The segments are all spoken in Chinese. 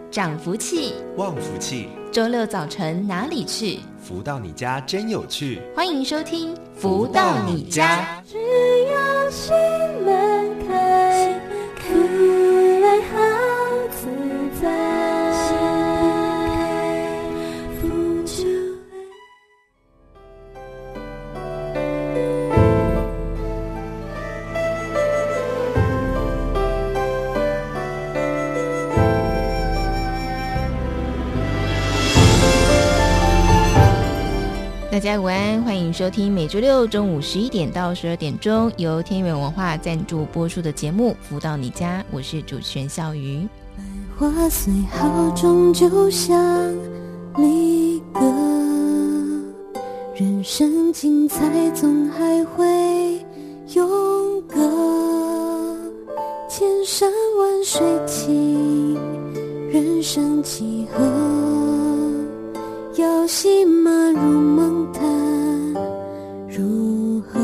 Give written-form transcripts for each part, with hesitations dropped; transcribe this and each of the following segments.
长福气， 旺福气， 周六早晨哪里去？ 福到你家真有趣。 欢迎收听福到你家。 只要心门开，可爱好自在，福就来。 大家午安，欢迎收听每周六中午11点到12点钟由天元文化赞助播出的节目《福到你家》，我是主持人笑瑜。 百花虽好，终究像离歌，人生精彩总还会永隔，千山万水情，人生几何，要戏码入梦谈如何，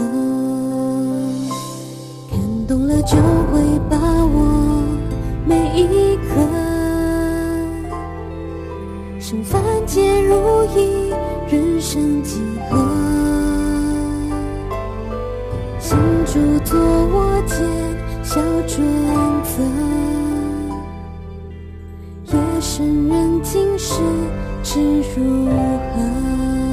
看懂了就会把握每一刻，生凡皆如意，人生几何，心主做我见小准则，夜深人静时知如何。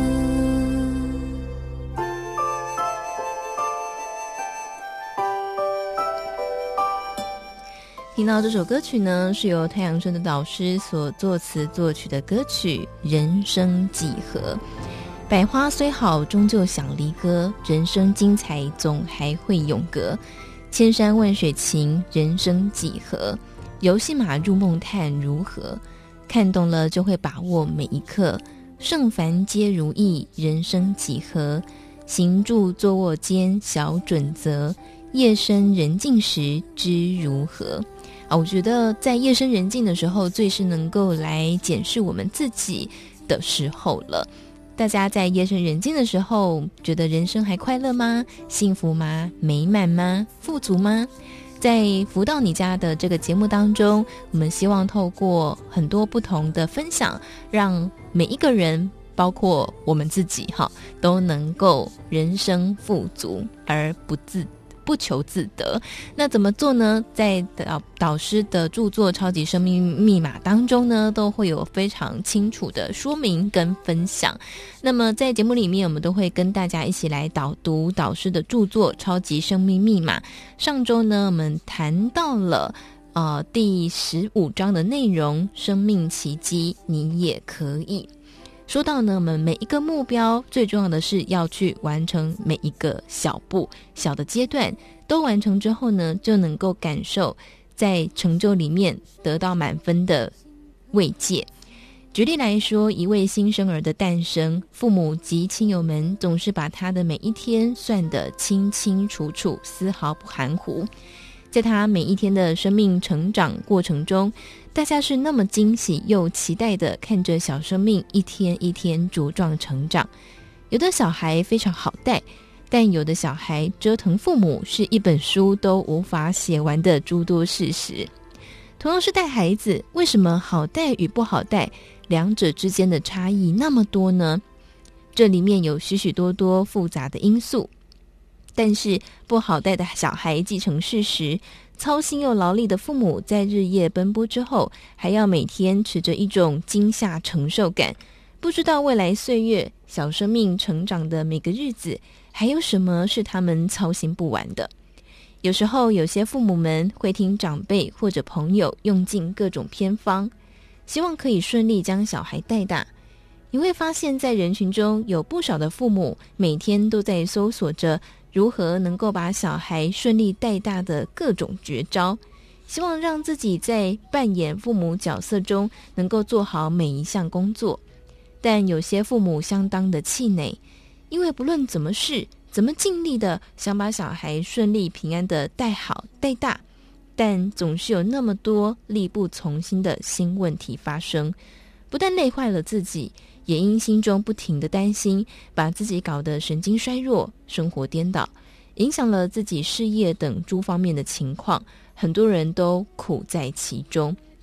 听到这首歌曲呢，是由太阳升的导师所作词作曲的歌曲《人生几何》。百花虽好，终究想离歌，人生精彩总还会永隔，千山万水情，人生几何，游戏马入梦探如何，看懂了就会把握每一刻，圣凡皆如意，人生几何，行住坐卧间小准则，夜深人静时知如何。我觉得在夜深人静的时候，最是能够来检视我们自己的时候了。大家在夜深人静的时候，觉得人生还快乐吗？幸福吗？美满吗？富足吗？在福到你家的这个节目当中，我们希望透过很多不同的分享，让每一个人，包括我们自己都能够人生富足而不求自得。那怎么做呢？在导师的著作《超级生命密码》当中呢，都会有非常清楚的说明跟分享。那么在节目里面，我们都会跟大家一起来导读导师的著作《超级生命密码》。上周呢，我们谈到了第15章的内容，生命奇迹你也可以。说到呢，我们每一个目标最重要的是要去完成每一个小步小的阶段，都完成之后呢，就能够感受在成就里面得到满分的慰藉。举例来说，一位新生儿的诞生，父母及亲友们总是把他的每一天算得清清楚楚，丝毫不含糊。在他每一天的生命成长过程中，大家是那么惊喜又期待的看着小生命一天一天茁壮成长。有的小孩非常好带，但有的小孩折腾父母是一本书都无法写完的诸多事实。同样是带孩子，为什么好带与不好带两者之间的差异那么多呢？这里面有许许多多复杂的因素。但是不好带的小孩继承事实，操心又劳力的父母在日夜奔波之后，还要每天持着一种惊吓承受感，不知道未来岁月小生命成长的每个日子还有什么是他们操心不完的。有时候有些父母们会听长辈或者朋友用尽各种偏方，希望可以顺利将小孩带大。你会发现在人群中有不少的父母每天都在搜索着如何能够把小孩顺利带大的各种绝招，希望让自己在扮演父母角色中能够做好每一项工作。但有些父母相当的气馁，因为不论怎么试，怎么尽力的想把小孩顺利平安的带好带大，但总是有那么多力不从心的新问题发生，不但累坏了自己，也因心中不停的担心，把自己搞得神经衰弱，生活颠倒，影响了自己事业等诸方面的情况，很多人都苦在其中。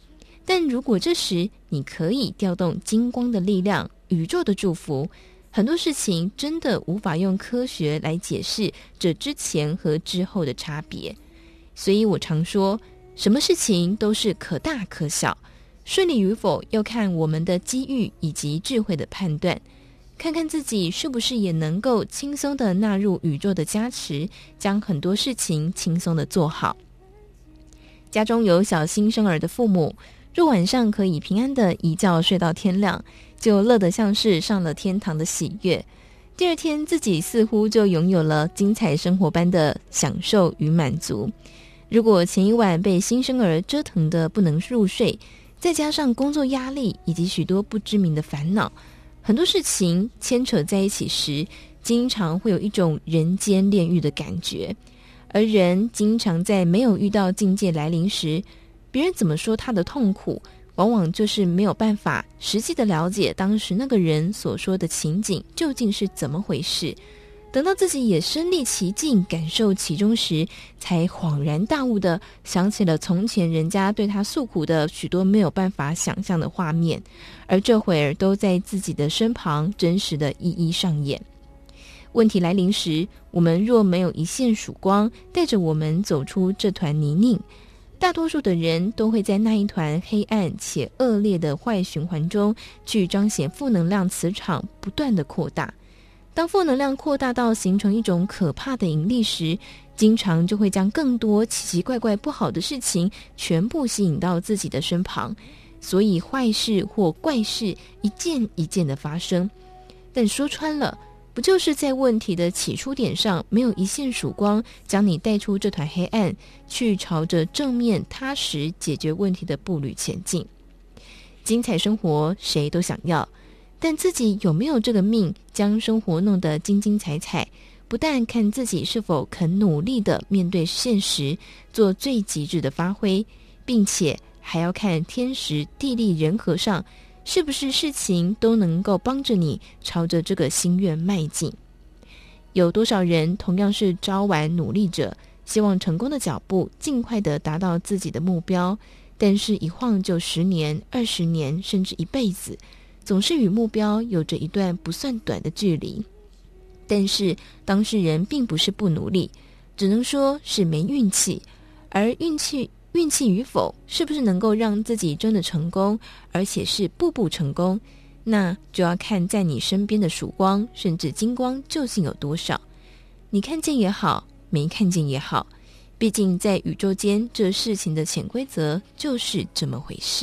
但如果这时你可以调动金光的力量，宇宙的祝福，很多事情真的无法用科学来解释这之前和之后的差别。所以我常说，什么事情都是可大可小，顺利与否要看我们的机遇以及智慧的判断，看看自己是不是也能够轻松地纳入宇宙的加持，将很多事情轻松地做好。家中有小新生儿的父母，若晚上可以平安的一觉睡到天亮，就乐得像是上了天堂的喜悦。第二天自己似乎就拥有了精彩生活般的享受与满足。如果前一晚被新生儿折腾得不能入睡，再加上工作压力以及许多不知名的烦恼，很多事情牵扯在一起时，经常会有一种人间炼狱的感觉。而人经常在没有遇到境界来临时，别人怎么说他的痛苦，往往就是没有办法实际的了解当时那个人所说的情景究竟是怎么回事。等到自己也身历其境，感受其中时，才恍然大悟的想起了从前人家对他诉苦的许多没有办法想象的画面，而这会儿都在自己的身旁真实的一一上演。问题来临时，我们若没有一线曙光带着我们走出这团泥泞，大多数的人都会在那一团黑暗且恶劣的坏循环中去彰显负能量磁场不断的扩大。当负能量扩大到形成一种可怕的引力时，经常就会将更多奇奇怪怪不好的事情全部吸引到自己的身旁，所以坏事或怪事一件一件的发生。但说穿了，不就是在问题的起初点上没有一线曙光将你带出这团黑暗，去朝着正面踏实解决问题的步履前进。精彩生活谁都想要，但自己有没有这个命将生活弄得精精彩彩，不但看自己是否肯努力的面对现实，做最极致的发挥，并且还要看天时地利人和上是不是事情都能够帮着你朝着这个心愿迈进。有多少人同样是朝晚努力者，希望成功的脚步尽快地达到自己的目标，但是一晃就10年、20年，甚至一辈子，总是与目标有着一段不算短的距离。但是当事人并不是不努力，只能说是没运气，而运气与否，是不是能够让自己真的成功，而且是步步成功，那就要看在你身边的曙光甚至金光究竟有多少。你看见也好，没看见也好，毕竟在宇宙间，这事情的潜规则就是这么回事。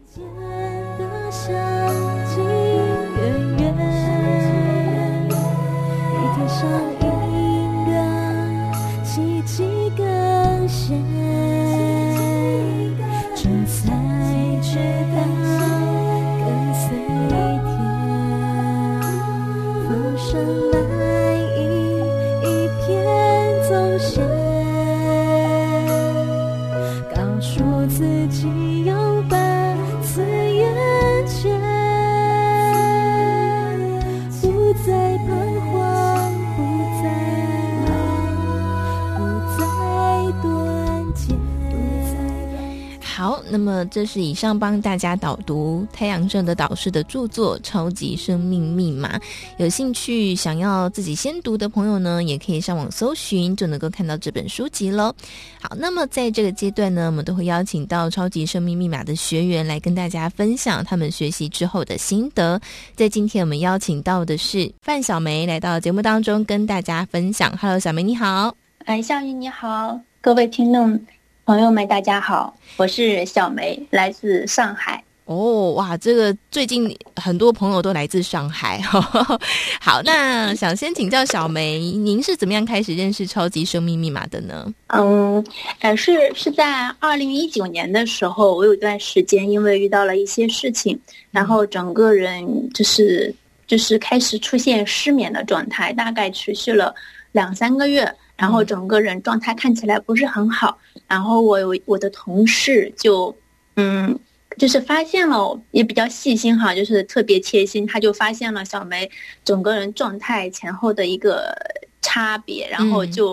上阴阳，奇迹更现，这才知道跟随天，风声来迎，一片宗宪，告诉自己拥抱此缘见，不再彷徨， 好，那么这是以上帮大家导读太阳盛德导师的著作《超级生命密码》，有兴趣想要自己先读的朋友呢，也可以上网搜寻，就能够看到这本书籍咯。好，那么在这个阶段呢，我们都会邀请到超级生命密码的学员来跟大家分享他们学习之后的心得。在今天我们邀请到的是范小梅来到节目当中跟大家分享。 Hello 小梅你好。 夏雨你好，各位听众朋友们大家好，我是小梅，来自上海。 哇，这个最近很多朋友都来自上海。好，那想先请教小梅，您是怎么样开始认识超级生命密码的呢？ 是在2019年的时候，我有一段时间因为遇到了一些事情，然后整个人就是开始出现失眠的状态，大概持续了2-3个月，然后整个人状态看起来不是很好。然后我的同事就是发现了，也比较细心哈，就是特别贴心，他就发现了小梅整个人状态前后的一个差别，然后就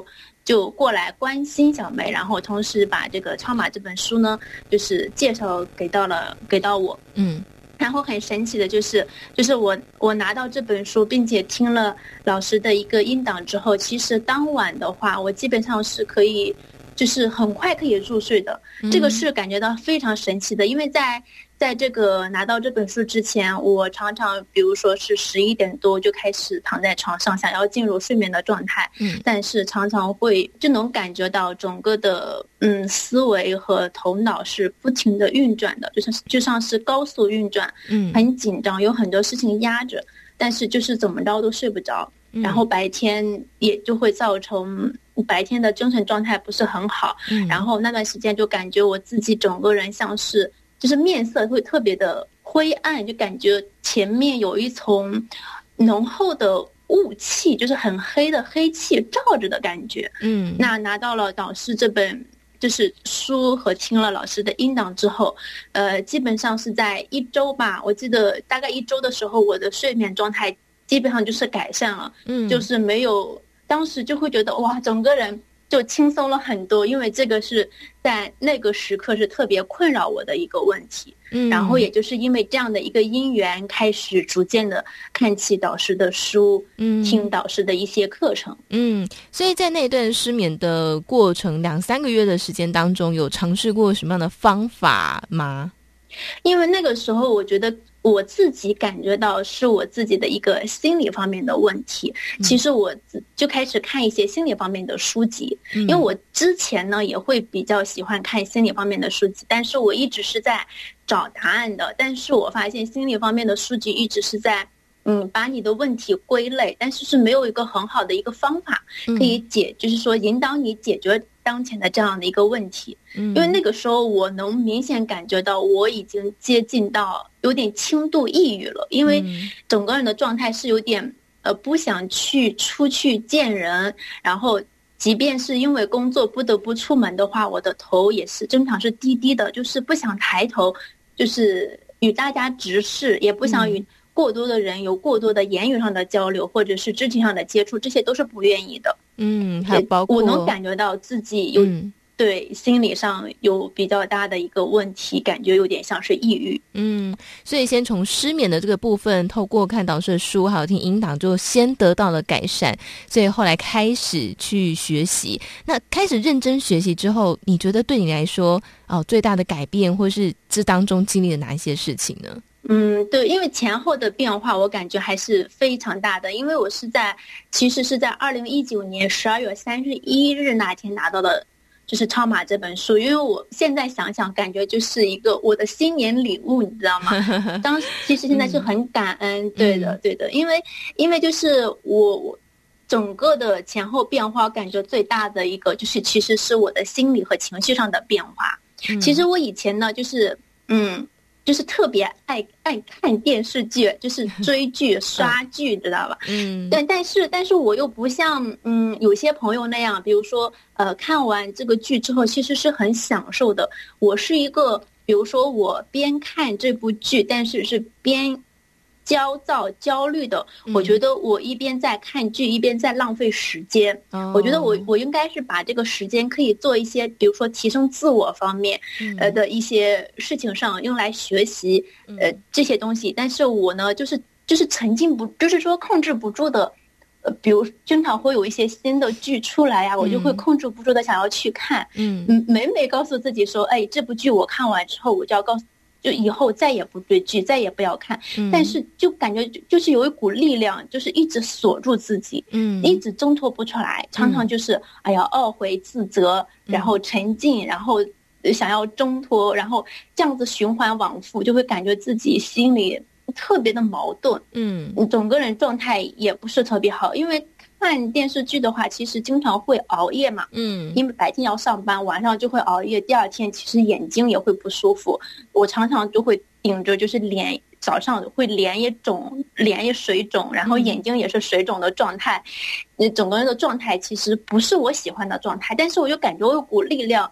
就过来关心小梅，然后同时把这个《超马》这本书呢，就是介绍给到我。然后很神奇的就是我拿到这本书，并且听了老师的一个音档之后，其实当晚的话，我基本上是可以，就是很快可以入睡的。这个是感觉到非常神奇的，因为在这个拿到这本书之前，我常常比如说是11点多就开始躺在床上，想要进入睡眠的状态，但是常常就能感觉到整个的思维和头脑是不停的运转的，就像是高速运转，很紧张，有很多事情压着，但是就是怎么着都睡不着，然后白天也就会造成白天的精神状态不是很好，然后那段时间就感觉我自己整个人像是就是面色会特别的灰暗，就感觉前面有一层浓厚的雾气，就是很黑的黑气罩着的感觉。那拿到了导师这本就是书和听了老师的音档之后，基本上是在1周吧，我记得大概1周的时候，我的睡眠状态基本上就是改善了，就是没有，当时就会觉得哇，整个人就轻松了很多，因为这个是在那个时刻是特别困扰我的一个问题。然后也就是因为这样的一个因缘，开始逐渐的看起导师的书，听导师的一些课程。 所以在那段失眠的过程2-3个月的时间当中，有尝试过什么样的方法吗？ 因为那个时候我觉得我自己感觉到是我自己的一个心理方面的问题，其实我就开始看一些心理方面的书籍，因为我之前呢也会比较喜欢看心理方面的书籍，但是我一直是在找答案的，但是我发现心理方面的书籍一直是在把你的问题归类，但是没有一个很好的一个方法可以就是说引导你解决当前的这样的一个问题。因为那个时候我能明显感觉到我已经接近到有点轻度抑郁了，因为整个人的状态是有点不想出去见人，然后即便是因为工作不得不出门的话，我的头也是经常是低低的，就是不想抬头，就是与大家直视，也不想与过多的人有过多的言语上的交流，或者是肢体上的接触，这些都是不愿意的。 还包括我能感觉到自己有对心理上有比较大的一个问题，感觉有点像是抑郁。 所以先从失眠的这个部分，透过看导师的书还有听音档，就先得到了改善，所以后来开始去学习。那开始认真学习之后，你觉得对你来说最大的改变，或是这当中经历了哪一些事情呢？ 对，因为前后的变化我感觉还是非常大的，因为我其实是在2019年12月31日那天拿到的就是《超马》这本书，因为我现在想想感觉就是一个我的新年礼物，你知道吗？当时其实现在是很感恩。对的，因为就是我整个的前后变化，感觉最大的一个就是其实是我的心理和情绪上的变化。其实我以前呢就是特别爱看电视剧，就是追剧刷剧，知道吧？但是我又不像有些朋友那样，比如说看完这个剧之后其实是很享受的。我是一个比如说我边看这部剧，但是是边焦躁焦虑的，我觉得我一边在看剧一边在浪费时间。我觉得我应该是把这个时间可以做一些比如说提升自我方面的一些事情上用来学习这些东西，但是我呢就是沉浸不，就是说控制不住的比如经常会有一些新的剧出来呀，我就会控制不住的想要去看。每告诉自己说这部剧我看完之后我就要就以后再也不追剧，再也不要看。但是就感觉就是有一股力量，就是一直锁住自己，一直挣脱不出来。常常就是懊悔自责，然后沉浸，然后想要挣脱，然后这样子循环往复，就会感觉自己心里特别的矛盾。整个人状态也不是特别好，因为看电视剧的话其实经常会熬夜嘛，因为白天要上班，晚上就会熬夜，第二天其实眼睛也会不舒服。我常常就会顶着就是早上会脸也肿，脸也水肿，然后眼睛也是水肿的状态。整个人的状态其实不是我喜欢的状态，但是我就感觉我有股力量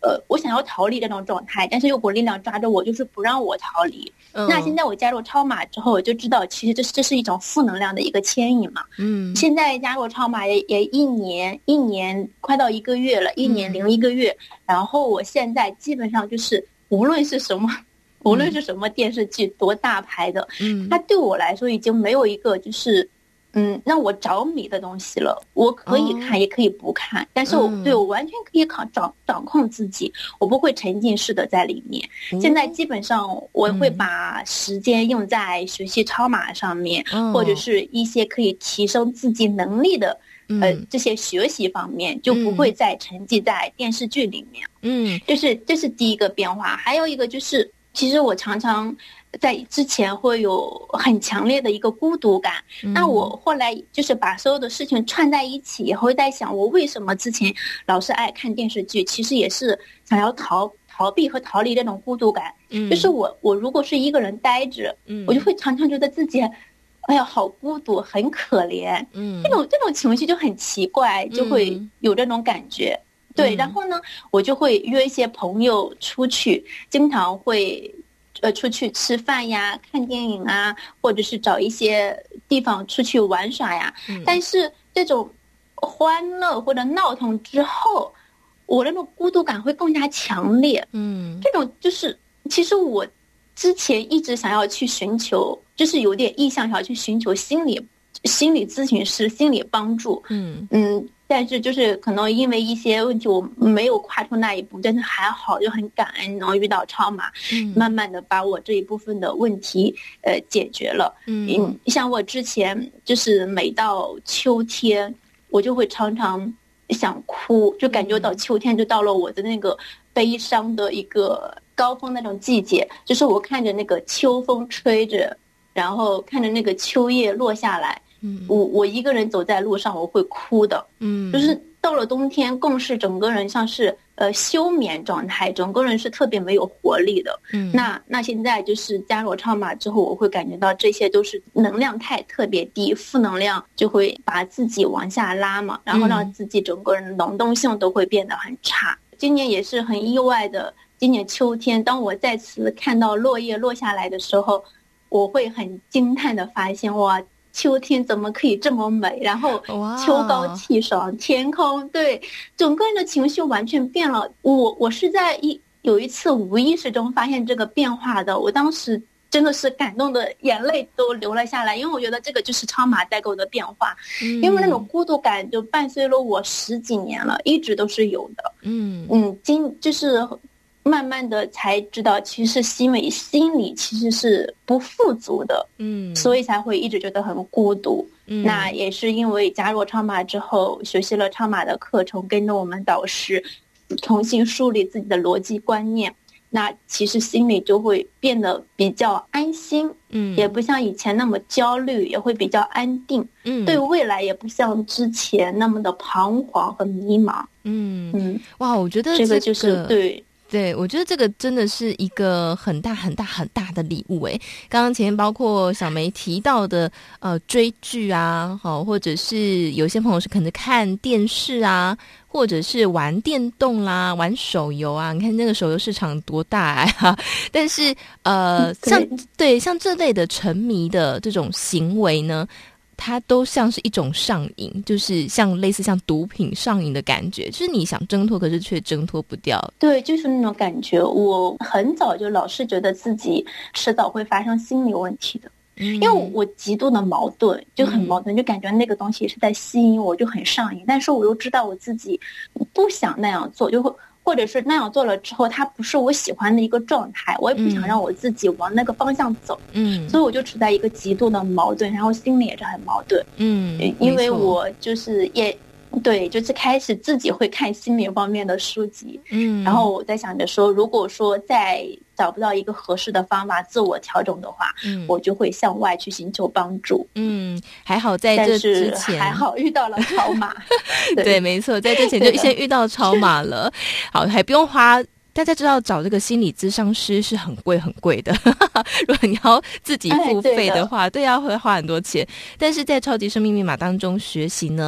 我想要逃离这种状态，但是有股力量抓着我，就是不让我逃离。那现在我加入超马之后，我就知道其实这是一种负能量的一个牵引嘛。现在加入超马也一年快到1个月了，1年零1个月。然后我现在基本上就是无论是什么电视剧多大牌的，它对我来说已经没有一个就是让我着迷的东西了。我可以看也可以不看，但是我完全可以掌控自己，我不会沉浸式的在里面。现在基本上我会把时间用在学习超马上面，或者是一些可以提升自己能力的这些学习方面，就不会再沉浸在电视剧里面。这是第一个变化。还有一个就是其实我常常在之前会有很强烈的一个孤独感，那我后来就是把所有的事情串在一起以后，在想我为什么之前老是爱看电视剧，其实也是想要逃避和逃离这种孤独感。就是我如果是一个人待着，我就会常常觉得自己哎呀好孤独很可怜，这种情绪就很奇怪，就会有这种感觉。对，然后呢我就会约一些朋友出去，经常会出去吃饭呀，看电影啊，或者是找一些地方出去玩耍呀。但是这种欢乐或者闹腾之后，我那种孤独感会更加强烈。这种就是其实我之前一直想要去寻求，就是有点意向想要去寻求心理咨询师心理帮助。但是就是可能因为一些问题我没有跨出那一步，但是还好，就很感恩能遇到超马，慢慢的把我这一部分的问题解决了。像我之前就是每到秋天我就会常常想哭，就感觉到秋天就到了我的那个悲伤的一个高峰那种季节，就是我看着那个秋风吹着，然后看着那个秋叶落下来，我一个人走在路上我会哭的。就是到了冬天更是整个人像是休眠状态，整个人是特别没有活力的。那现在就是加入超马之后，我会感觉到这些都是能量太特别低，负能量就会把自己往下拉嘛，然后让自己整个人的能动性都会变得很差。今年也是很意外的，今年秋天当我再次看到落叶落下来的时候，我会很惊叹的发现，哇，秋天怎么可以这么美，然后秋高气爽，天空，对，整个人的情绪完全变了。我是在有一次无意识中发现这个变化的，我当时真的是感动的眼泪都流了下来，因为我觉得这个就是超马带给我的变化。因为那种孤独感就伴随了我10几年了，一直都是有的。就是慢慢的才知道，其实心理其实是不富足的，所以才会一直觉得很孤独。那也是因为加入超马之后，学习了超马的课程，跟着我们导师重新梳理自己的逻辑观念，那其实心里就会变得比较安心，也不像以前那么焦虑，也会比较安定，对未来也不像之前那么的彷徨和迷茫。 哇，我觉得这个就是对，我觉得这个真的是一个很大很大很大的礼物诶。刚刚前面包括小梅提到的追剧啊，或者是有些朋友是可能看电视啊，或者是玩电动啦，玩手游啊，你看那个手游市场多大啊。但是像这类的沉迷的这种行为呢，它都像是一种上瘾，就是类似像毒品上瘾的感觉，就是你想挣脱可是却挣脱不掉。 对，就是那种感觉。我很早就老是觉得自己迟早会发生心理问题的，因为我极度的矛盾，就很矛盾，就感觉那个东西是在吸引我，就很上瘾，但是我又知道我自己不想那样做，就会或者是那样做了之后它不是我喜欢的一个状态，我也不想让我自己往那个方向走，所以我就处在一个极度的矛盾，然后心里也是很矛盾。因为我就是就是开始自己会看心理方面的书籍，然后我在想着说，如果说再找不到一个合适的方法自我调整的话，我就会向外去寻求帮助。 还好在这之前还好遇到了超马。 对，没错，在之前就先遇到超马了。好，还不用花。大家知道找这个心理咨商师是很贵很贵的，如果你要自己付费的话，对啊，会花很多钱。但是在超级生命密码当中学习呢，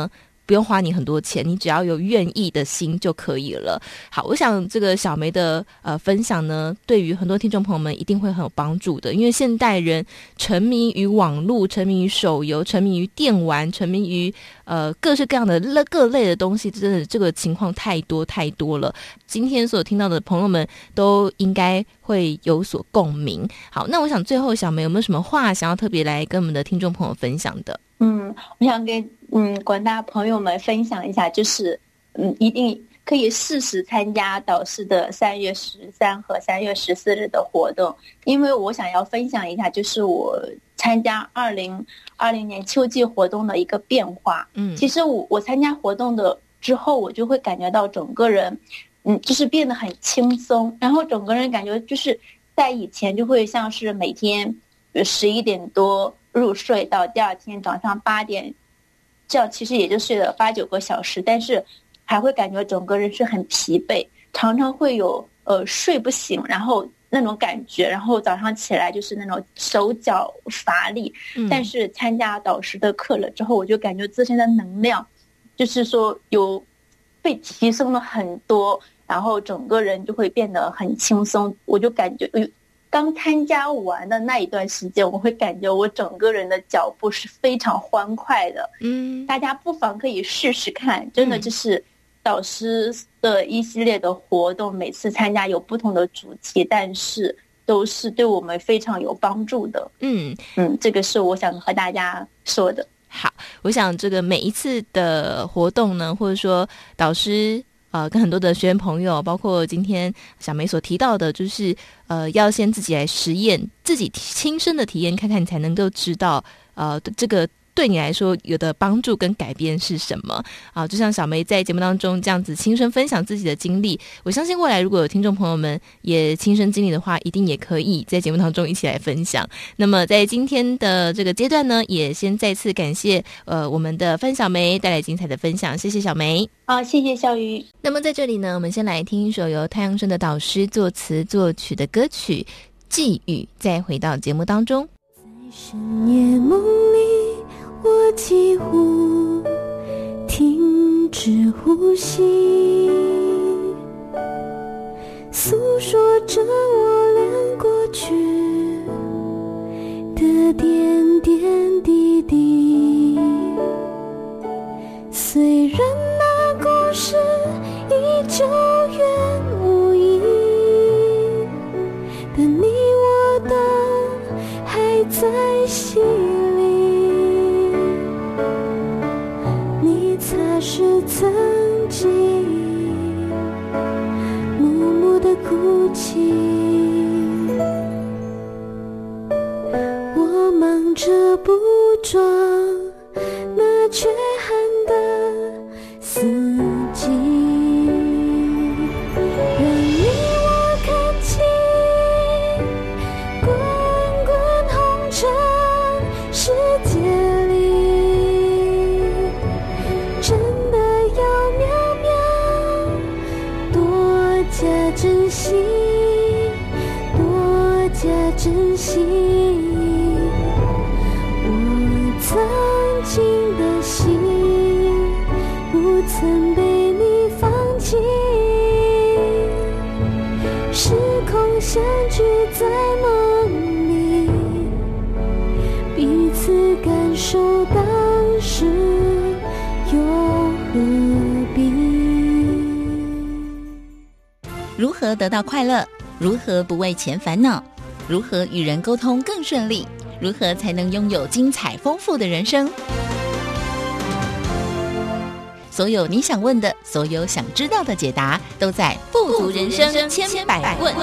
不用花你很多钱，你只要有愿意的心就可以了。好，我想这个小梅的分享呢，对于很多听众朋友们一定会很有帮助的，因为现代人沉迷于网络，沉迷于手游，沉迷于电玩，沉迷于各式各样的各类的东西，真的这个情况太多太多了。今天所听到的朋友们都应该会有所共鸣。好，那我想最后小梅有没有什么话想要特别来跟我们的听众朋友分享的？ 我想跟广大朋友们分享一下，就是一定可以适时参加导师的3月13和3月14日的活动，因为我想要分享一下，就是我参加2020年秋季活动的一个变化。其实我参加活动的之后，我就会感觉到整个人就是变得很轻松，然后整个人感觉就是在以前就会像是每天11点多入睡到第二天早上8点，这样其实也就睡了8、9个小时，但是还会感觉整个人是很疲惫，常常会有睡不醒，然后那种感觉，然后早上起来就是那种手脚乏力。但是参加导师的课了之后，我就感觉自身的能量就是说有被提升了很多，然后整个人就会变得很轻松。我就感觉刚参加完的那一段时间，我会感觉我整个人的脚步是非常欢快的。大家不妨可以试试看，真的就是导师的一系列的活动，每次参加有不同的主题，但是都是对我们非常有帮助的。这个是我想和大家说的。 好，我想这个每一次的活动呢，或者说导师跟很多的学员朋友，包括今天小梅所提到的，就是要先自己来实验，自己亲身的体验看看，你才能够知道这个对你来说有的帮助跟改变是什么啊？就像小梅在节目当中这样子亲身分享自己的经历，我相信未来如果有听众朋友们也亲身经历的话，一定也可以在节目当中一起来分享。那么在今天的这个阶段呢，也先再次感谢我们的范小梅带来精彩的分享，谢谢小梅。 谢谢小鱼。 那么在这里呢，我们先来听一首由太阳升的导师作词作曲的歌曲《寄语》，再回到节目当中。 在深夜梦里，我几乎停止呼吸，诉说着我俩过去的点点滴滴。虽然那故事已久远无忆，但你我都还在心里。你擦拭曾经默默的哭泣，我忙着补妆那缺憾的四季，让你我看清滚滚红尘世界里，真的要渺渺，多加珍惜，多加珍惜。我曾经的心不曾被你放弃，时空相聚在梦里，彼此感受当时又何必。 如何得到快乐？如何不为钱烦恼？如何与人沟通更顺利？如何才能拥有精彩丰富的人生？所有你想问的，所有想知道的解答，都在富足人生千百问。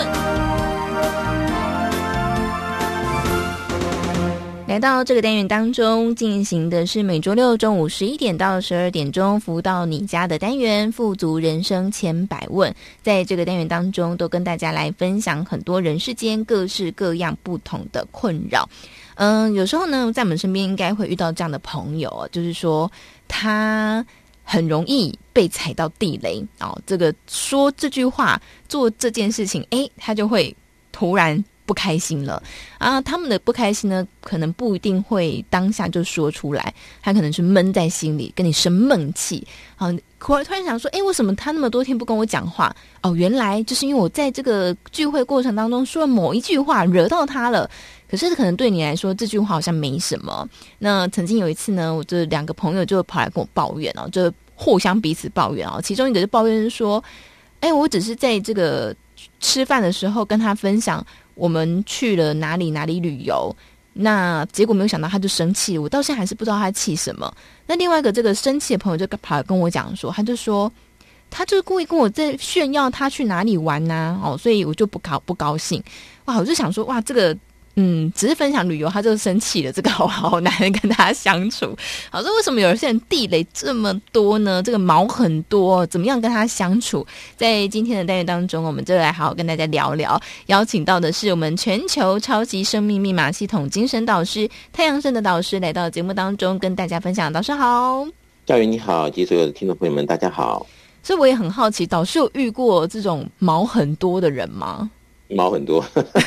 来到这个单元当中，进行的是每周六中午11点到12点钟服务到你家的单元富足人生千百问。在这个单元当中，都跟大家来分享很多人世间各式各样不同的困扰。有时候呢，在我们身边应该会遇到这样的朋友，就是说他很容易被踩到地雷这个说这句话做这件事情，他就会突然不开心了啊。他们的不开心呢，可能不一定会当下就说出来，他可能是闷在心里，跟你生闷气。好，突然想说，为什么他那么多天不跟我讲话？哦，原来就是因为我在这个聚会过程当中说了某一句话惹到他了。可是可能对你来说这句话好像没什么。那曾经有一次呢，我这2个朋友就跑来跟我抱怨哦，就互相彼此抱怨哦。其中一个就抱怨说，我只是在这个吃饭的时候跟他分享我们去了哪里哪里旅游，那结果没有想到他就生气了，我到现在还是不知道他气什么。那另外一个这个生气的朋友就跑来跟我讲说，他就说他就是故意跟我在炫耀他去哪里玩啊，所以我就不高兴。哇，我就想说，哇，这个只是分享旅游他就生气了，这个好难跟他相处。好，说为什么有些人地雷这么多呢？这个毛很多，怎么样跟他相处？在今天的单元当中，我们就来好好跟大家聊聊。邀请到的是我们全球超级生命密码系统精神导师太阳神的导师来到节目当中跟大家分享。导师好。 教育你好，及所有的听众朋友们大家好。 所以我也很好奇，导师有遇过这种毛很多的人吗？ 毛很多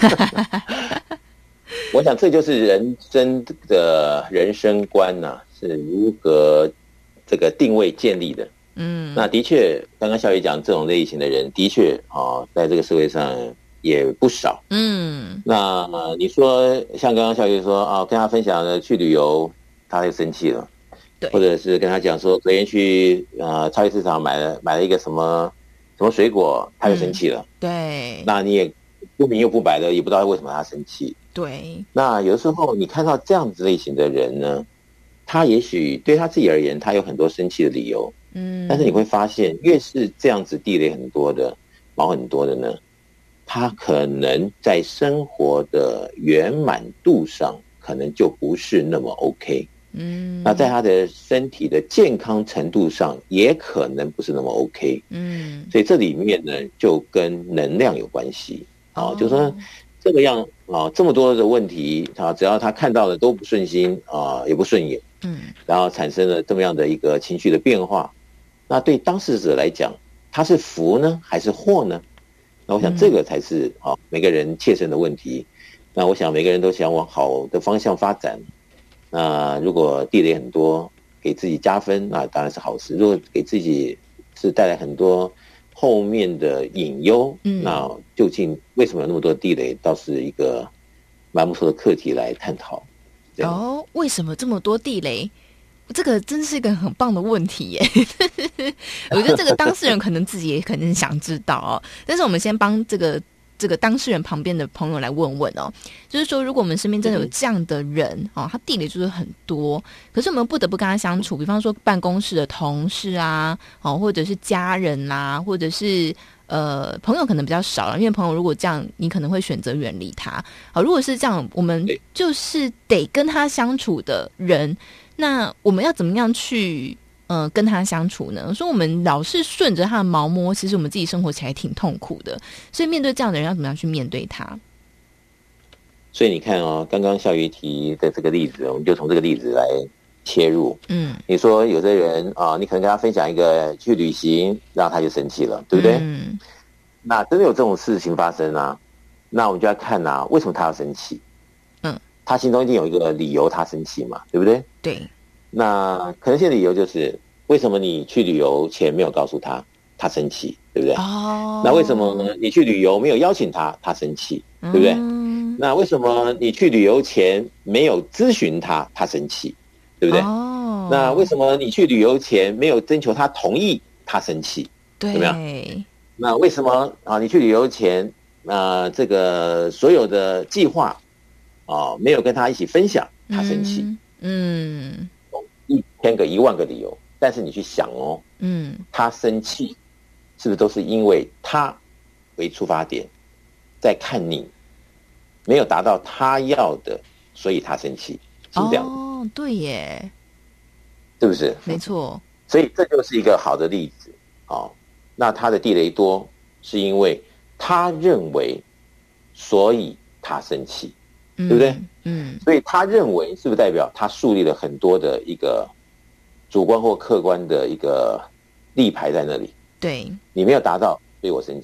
我想这就是人生的人生观啊，是如何这个定位建立的。那的确刚刚小雨讲这种类型的人的确在这个社会上也不少。那你说像刚刚小雨说跟他分享了去旅游他就生气了，对，或者是跟他讲说昨天去超级市场买了一个什么水果他就生气了。 对， 那你也不明又不白的也不知道为什么他生气。 对， 那有的时候你看到这样子类型的人呢，他也许对他自己而言他有很多生气的理由，但是你会发现越是这样子地雷很多的毛很多的呢，他可能在生活的圆满度上可能就不是那么 OK。那在他的身体的健康程度上也可能不是那么 OK。所以这里面呢就跟能量有关系。就是说这个样这么多的问题只要他看到的都不顺心也不顺眼，然后产生了这么样的一个情绪的变化，那对当事者来讲，他是福呢还是祸呢？那我想这个才是每个人切身的问题。那我想每个人都想往好的方向发展。那如果地雷很多，给自己加分，那当然是好事。如果给自己是带来很多后面的隐忧，那究竟为什么有那么多地雷，倒是一个蛮不错的课题来探讨。 为什么这么多地雷？这个真是一个很棒的问题耶我觉得这个当事人可能自己也可能想知道但是我们先帮这个当事人旁边的朋友来问问就是说如果我们身边真的有这样的人他地雷就是很多，可是我们不得不跟他相处，比方说办公室的同事啊，或者是家人啦，或者是朋友可能比较少了，因为朋友如果这样你可能会选择远离他。如果是这样我们就是得跟他相处的人，那我们要怎么样去跟他相处呢？说我们老是顺着他的毛摸，其实我们自己生活起来挺痛苦的，所以面对这样的人要怎么样去面对他？ 所以你看刚刚笑瑜提的这个例子，我们就从这个例子来切入。你说有的人你可能跟他分享一个去旅行，然后他就生气了，对不对？那真的有这种事情发生啊，那我们就要看为什么他要生气。他心中一定有一个理由他生气嘛，对不对？ 对。 那可能性的理由就是为什么你去旅游前没有告诉他，他生气，对不对？那为什么你去旅游没有邀请他，他生气，对不对？那为什么你去旅游前没有咨询他，他生气，对不对？那为什么你去旅游前没有征求他同意，他生气， 对， 有没有？那为什么你去旅游前这个所有的计划没有跟他一起分享，他生气1000个10000个理由，但是你去想他生气是不是都是因为他为出发点，在看你没有达到他要的，所以他生气，是不是这样？ 对耶， 是不是？ 没错。 所以这就是一个好的例子那他的地雷多，是因为他认为，所以他生气，对不对？所以他认为是不是代表他树立了很多的一个主观或客观的一个立牌在那里？ 对， 你没有达到，所以我生气。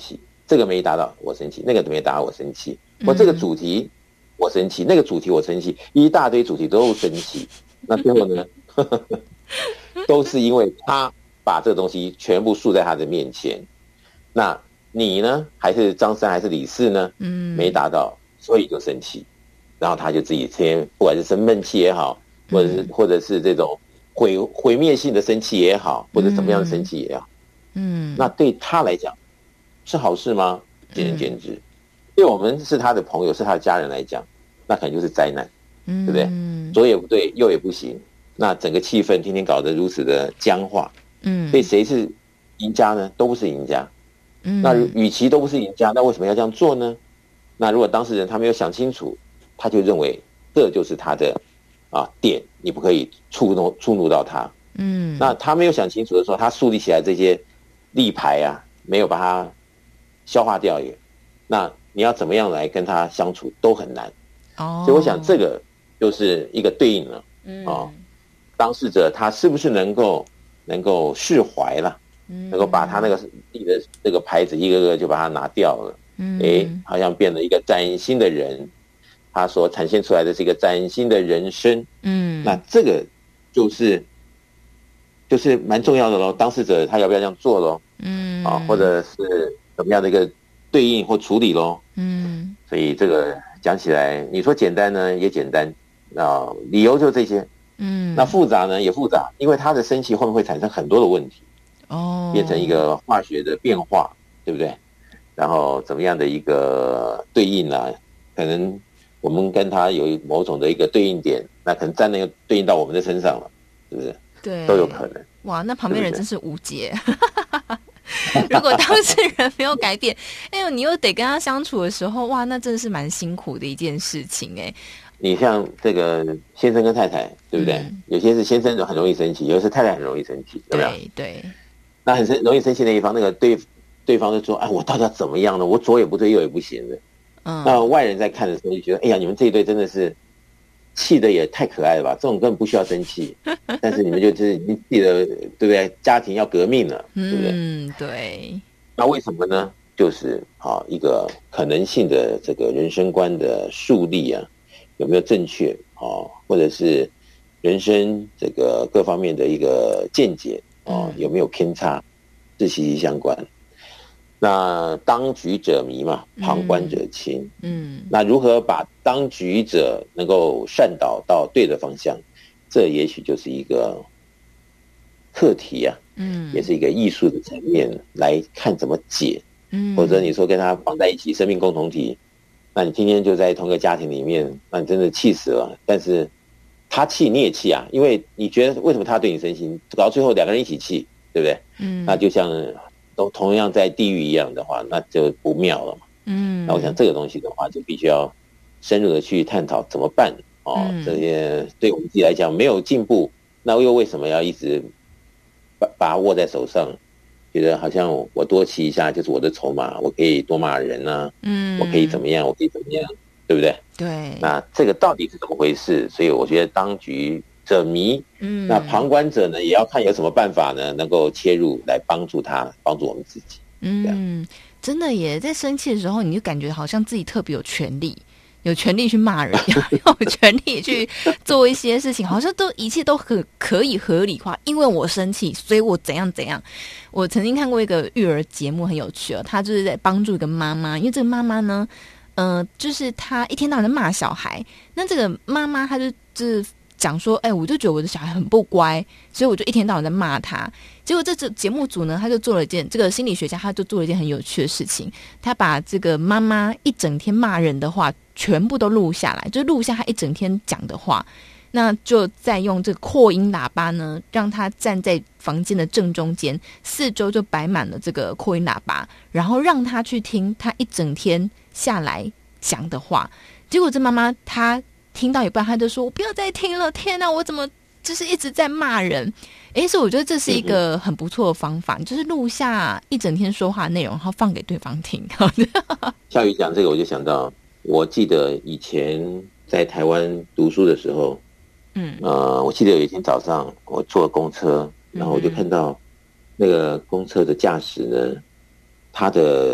这个没达到我生气，那个没达到我生气，或这个主题我生气，那个主题我生气，一大堆主题都生气。那最后呢，都是因为他把这个东西全部竖在他的面前。那你呢？还是张三还是李四呢？没达到，所以就生气，然后他就自己先，不管是生闷气也好，或者是这种毁灭性的生气也好，或者怎么样的生气也好，那对他来讲是好事吗？见仁见智。对我们是他的朋友，是他的家人来讲，那可能就是灾难，对不对？左也不对，右也不行，那整个气氛天天搞得如此的僵化，所以谁是赢家呢？都不是赢家。那与其都不是赢家，那为什么要这样做呢？那如果当事人他没有想清楚，他就认为这就是他的点，你不可以触怒到他。那他没有想清楚的时候，他树立起来这些立牌啊，没有把它消化掉也，那你要怎么样来跟他相处都很难。所以我想这个就是一个对应了。当事者他是不是能够释怀了？能够把他那个立的这个牌子一个个就把它拿掉了，好像变了一个崭新的人，他所展现出来的是一个崭新的人生，那这个就是蛮重要的咯。当事者他要不要这样做咯？或者是怎么样的一个对应或处理咯？所以这个讲起来，你说简单呢也简单，理由就这些，那复杂呢也复杂，因为他的生气后面会产生很多的问题。变成一个化学的变化，对不对？然后怎么样的一个对应啊？可能我们跟他有某种的一个对应点，那可能真的又对应到我们的身上了，是不是？ 对， 都有可能。 哇，那旁边人真是无解。如果当事人没有改变，你又得跟他相处的时候，哇，那真的是蛮辛苦的一件事情你像这个先生跟太太，对不对？有些是先生很容易生气，有些是太太很容易生气，有没有？ 对。 那很容易生气的一方，那个对方就说：“哎，我到底要怎么样呢？我左也不对，右也不行的。”那外人在看的时候就觉得：“哎呀，你们这一对真的是气的也太可爱了吧！这种根本不需要生气，但是你们就是已经气的，对不对？家庭要革命了，对不对？” 对。 那为什么呢？就是一个可能性的这个人生观的树立啊，有没有正确或者是人生这个各方面的一个见解。有没有偏差是息息相关。那当局者迷嘛，旁观者清。那如何把当局者能够善导到对的方向，这也许就是一个课题啊，也是一个艺术的层面来看怎么解。或者你说跟他绑在一起，生命共同体，那你天天就在同一个家庭里面，那你真的气死了。但是他气你也气啊，因为你觉得为什么他对你生气，搞到最后两个人一起气，对不对？那就像都同样在地狱一样的话，那就不妙了嘛。那我想这个东西的话，就必须要深入的去探讨怎么办这些对我们自己来讲没有进步，那又为什么要一直把它握在手上？觉得好像我多气一下就是我的筹码，我可以多骂人啊，我可以怎么样，我可以怎么样，对不对？ 对。 那这个到底是怎么回事？所以我觉得当局者迷，那旁观者呢也要看有什么办法呢，能够切入来帮助他，帮助我们自己。 真的耶，在生气的时候，你就感觉好像自己特别有权利去骂人，有权利去做一些事情，好像一切都可以合理化。因为我生气，所以我怎样怎样。我曾经看过一个育儿节目，很有趣他就是在帮助一个妈妈，因为这个妈妈呢，就是她一天到晚在骂小孩。那这个妈妈她就是讲说，我就觉得我的小孩很不乖，所以我就一天到晚在骂他。结果这节目组呢，他就做了一件，这个心理学家他就做了一件很有趣的事情，他把这个妈妈一整天骂人的话全部都录下来，就录下他一整天讲的话，那就再用这个扩音喇叭呢，让他站在房间的正中间，四周就摆满了这个扩音喇叭，然后让他去听他一整天下来讲的话。结果这妈妈她听到一半，他就说：“我不要再听了！天哪，我怎么就是一直在骂人？”所以我觉得这是一个很不错的方法，就是录下一整天说话的内容，然后放给对方听。 夏雨讲这个，我就想到，我记得以前在台湾读书的时候，我记得有一天早上我坐公车，然后我就看到那个公车的驾驶呢，他的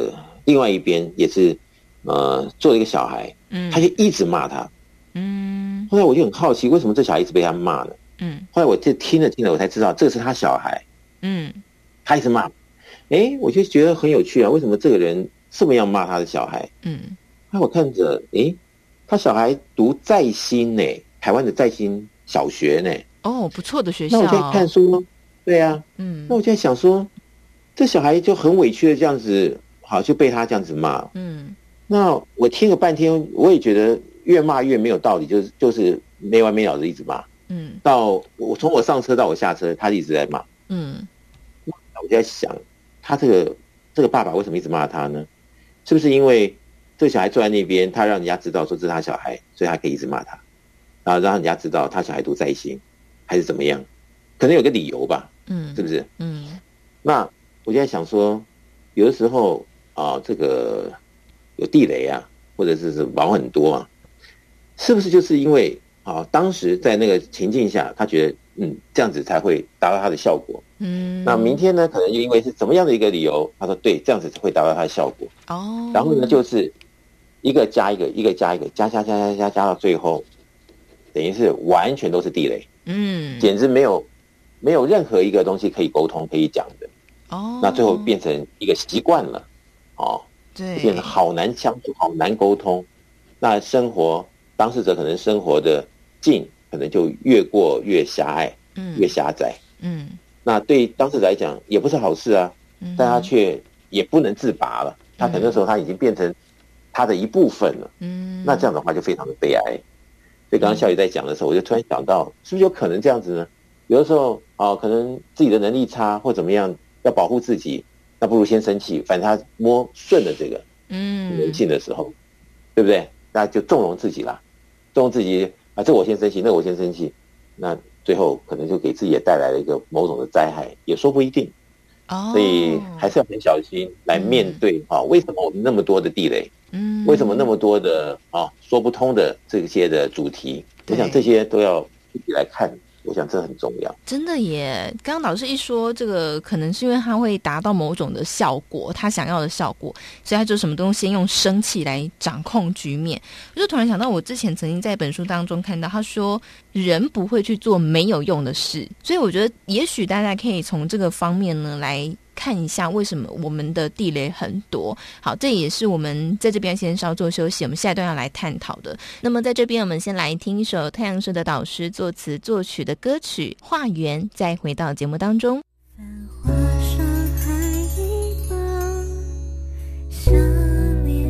另外一边也是做了一个小孩，他就一直骂他，后来我就很好奇，为什么这小孩一直被他骂呢？后来我就听了，我才知道这个是他小孩，他一直骂，我就觉得很有趣啊，为什么这个人这么样骂他的小孩？后来我看着，他小孩读在新呢，台湾的在新小学呢， 哦，不错的学校。 那我在看书，对啊，那我就在想说，这小孩就很委屈的这样子，好就被他这样子骂，那我听了半天，我也觉得越骂越没有道理，就是没完没了的一直骂，到我从我上车到我下车，他一直在骂，我就在想，他这个爸爸为什么一直骂他呢？是不是因为这个小孩坐在那边，他让人家知道说这是他小孩，所以他可以一直骂他，然后让人家知道他小孩读在新，还是怎么样？可能有个理由吧，是不是？那我就在想说，有的时候这个有地雷啊，或者是毛很多啊，是不是就是因为当时在那个情境下，他觉得这样子才会达到他的效果。那明天呢，可能就因为是怎么样的一个理由，他说对，这样子才会达到他的效果。然后呢，就是一个加一个，一个加一个，加到最后，等于是完全都是地雷。简直没有任何一个东西可以沟通可以讲的。那最后变成一个习惯了，对，变成好难相处，好难沟通。那生活当事者可能生活的境可能就越过越狭隘，越狭窄。那对当事者来讲也不是好事啊，但他却也不能自拔了。他可能那时候他已经变成他的一部分了。那这样的话就非常的悲哀。所以刚刚小雨在讲的时候，我就突然想到，是不是有可能这样子呢？有的时候可能自己的能力差或怎么样，要保护自己，那不如先生气，反正他摸顺了这个人性的时候，对不对？那就纵容自己啦，纵容自己这我先生气，那我先生气，那最后可能就给自己也带来了一个某种的灾害，也说不一定。所以还是要很小心来面对为什么我们那么多的地雷，为什么那么多的说不通的这些的主题，我想这些都要一起来看，我想这很重要。 真的耶，刚刚老师一说这个可能是因为他会达到某种的效果，他想要的效果，所以他就什么东西先用生气来掌控局面。我就突然想到，我之前曾经在本书当中看到他说人不会去做没有用的事，所以我觉得也许大家可以从这个方面呢来看一下为什么我们的地雷很多。好，这也是我们在这边先稍作休息，我们下一段要来探讨的。那么在这边我们先来听一首太阳社的导师作词作曲的歌曲《化缘》，再回到节目当中。 繁华上海一帮想念，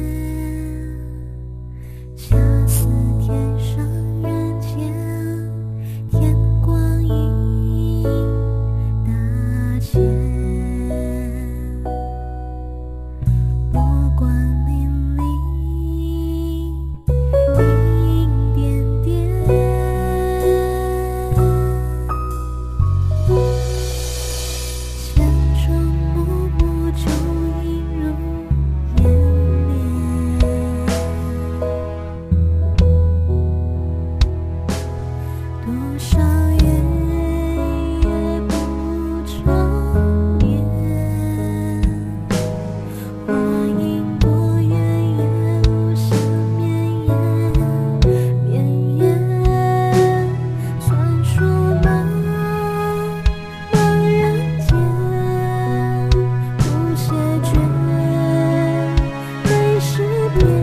恰似天上人间天光影大千，波光粼粼影点点，前尘幕幕旧映入眼帘，多少夜夜不成眠，花影多远也无限绵延，传说漫人间，不谢绝，每时变。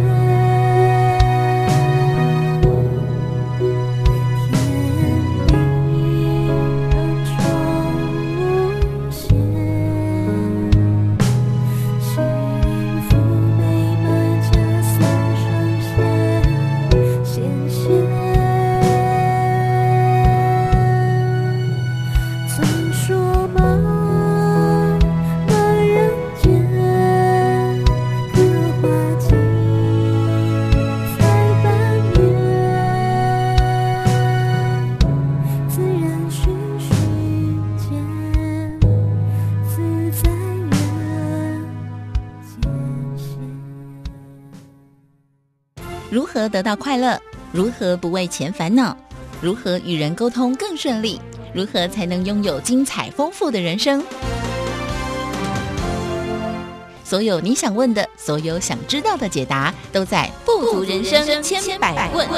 天地恩宠无限，幸福美满家三生显现。曾说漫人间，刻画精彩半面，自然循序间，自在人间线。 如何得到快乐？如何不为钱烦恼？如何与人沟通更顺利？如何才能拥有精彩丰富的人生？ 所有你想问的，所有想知道的解答，都在富足人生千百问。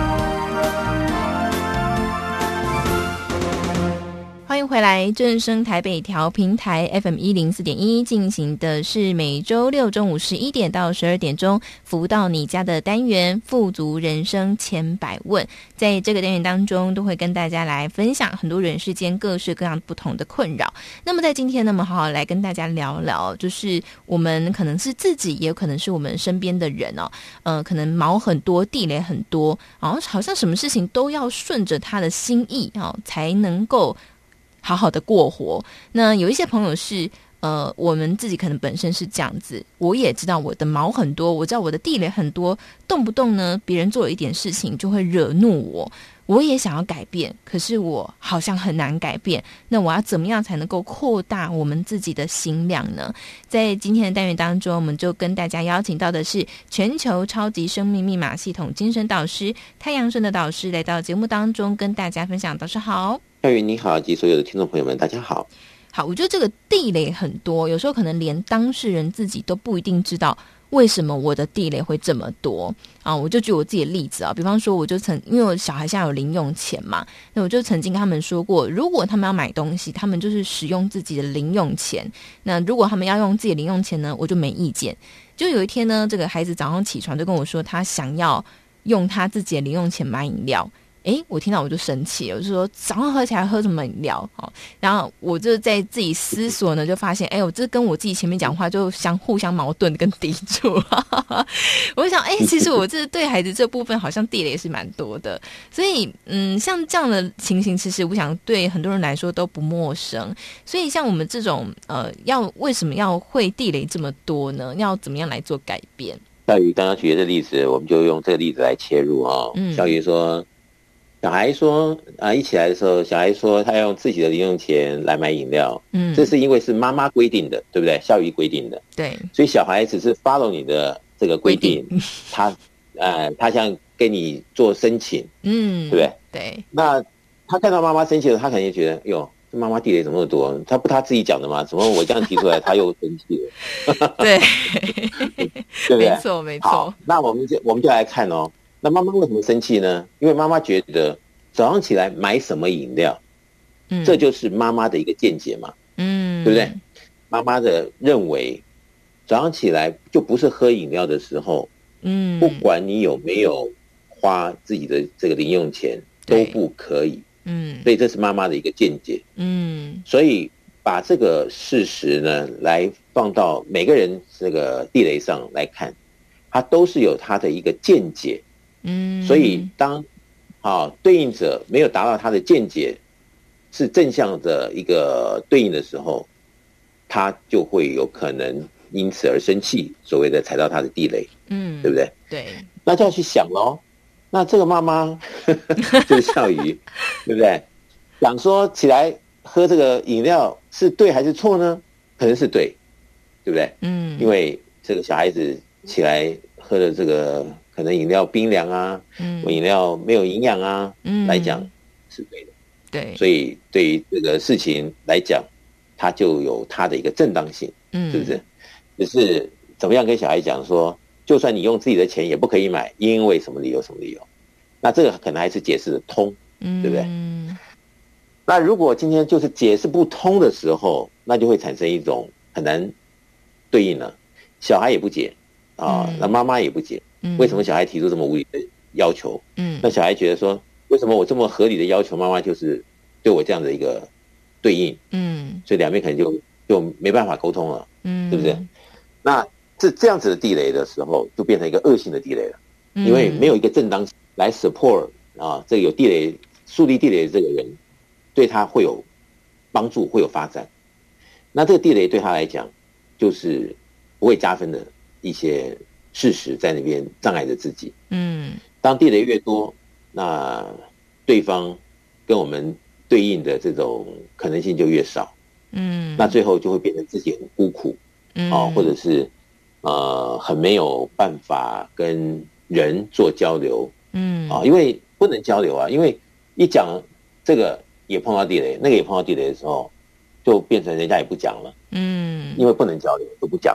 欢迎回来，正声台北调频台 FM104.1 进行的是每周六中午11点到12点钟服务到你家的单元富足人生千百问。在这个单元当中，都会跟大家来分享很多人世间各式各样不同的困扰。那么在今天呢，我们好好来跟大家聊聊，就是我们可能是自己，也有可能是我们身边的人哦，可能毛很多，地雷很多，好像什么事情都要顺着他的心意才能够好好的过活。那有一些朋友是我们自己可能本身是这样子，我也知道我的毛很多，我知道我的地雷很多，动不动呢别人做了一点事情就会惹怒我，我也想要改变，可是我好像很难改变。那我要怎么样才能够扩大我们自己的心量呢？在今天的单元当中，我们就跟大家邀请到的是全球超级生命密码系统精神导师太阳顺的导师来到节目当中跟大家分享。导师好。 夏云你好，及所有的听众朋友们大家好。 好，我觉得这个地雷很多，有时候可能连当事人自己都不一定知道为什么我的地雷会这么多啊。我就举我自己的例子啊，比方说我就因为我小孩现在有零用钱嘛，那我就曾经跟他们说过，如果他们要买东西，他们就是使用自己的零用钱，那如果他们要用自己的零用钱呢，我就没意见。就有一天呢，这个孩子早上起床就跟我说他想要用他自己的零用钱买饮料，我听到我就生气了，我就说早上喝起来喝什么饮料然后我就在自己思索呢，就发现我这跟我自己前面讲话就互相矛盾跟抵触我就想其实我这对孩子这部分好像地雷是蛮多的，所以像这样的情形，其实我想对很多人来说都不陌生。所以像我们这种为什么要会地雷这么多呢？要怎么样来做改变？ 小雨刚刚举的例子，我们就用这个例子来切入小雨说，小孩说一起来的时候，小孩说他要用自己的零用钱来买饮料，这是因为是妈妈规定的，对不对？教育规定的， 对， 所以小孩只是 follow 你的这个规定，他想跟你做申请，对不对？ 对。 那他看到妈妈生气了，他可能也觉得，哟，这妈妈地雷怎么那么多？他不他自己讲的吗？怎么我这样提出来，他又生气了？对，对不对？ 没错，没错。 好，那我们就来看哦。那妈妈为什么生气呢？因为妈妈觉得早上起来买什么饮料，这就是妈妈的一个见解嘛，对不对？妈妈的认为，早上起来就不是喝饮料的时候，不管你有没有花自己的这个零用钱，都不可以，所以这是妈妈的一个见解，所以把这个事实呢，来放到每个人这个地雷上来看，它都是有它的一个见解。所以当对应者没有达到他的见解是正向的一个对应的时候，他就会有可能因此而生气，所谓的踩到他的地雷，对不对？ 对， 那就要去想咯，那这个妈妈就是笑鱼，对不对？想说起来喝这个饮料是对还是错呢？可能是对，对不对？因为这个小孩子起来喝的这个可能饮料冰凉啊，饮料没有营养啊，来讲是对的， 对， 所以对于这个事情来讲，它就有它的一个正当性，是不是？只是怎么样跟小孩讲说，就算你用自己的钱也不可以买，因为什么理由什么理由，那这个可能还是解释得通，对不对？那如果今天就是解释不通的时候，那就会产生一种很难对应了，小孩也不解那妈妈也不解，为什么小孩提出这么无理的要求？那小孩觉得说，为什么我这么合理的要求，妈妈就是对我这样的一个对应？所以两边可能就没办法沟通了，对不对？那这样子的地雷的时候，就变成一个恶性的地雷了，因为没有一个正当来 support 这个有地雷树立地雷的这个人，对他会有帮助，会有发展。那这个地雷对他来讲，就是不会加分的一些事实在那边障碍着自己。当地雷越多，那对方跟我们对应的这种可能性就越少。那最后就会变成自己很孤苦，或者是很没有办法跟人做交流，因为不能交流啊，因为一讲这个也碰到地雷，那个也碰到地雷的时候，就变成人家也不讲了，因为不能交流就不讲了，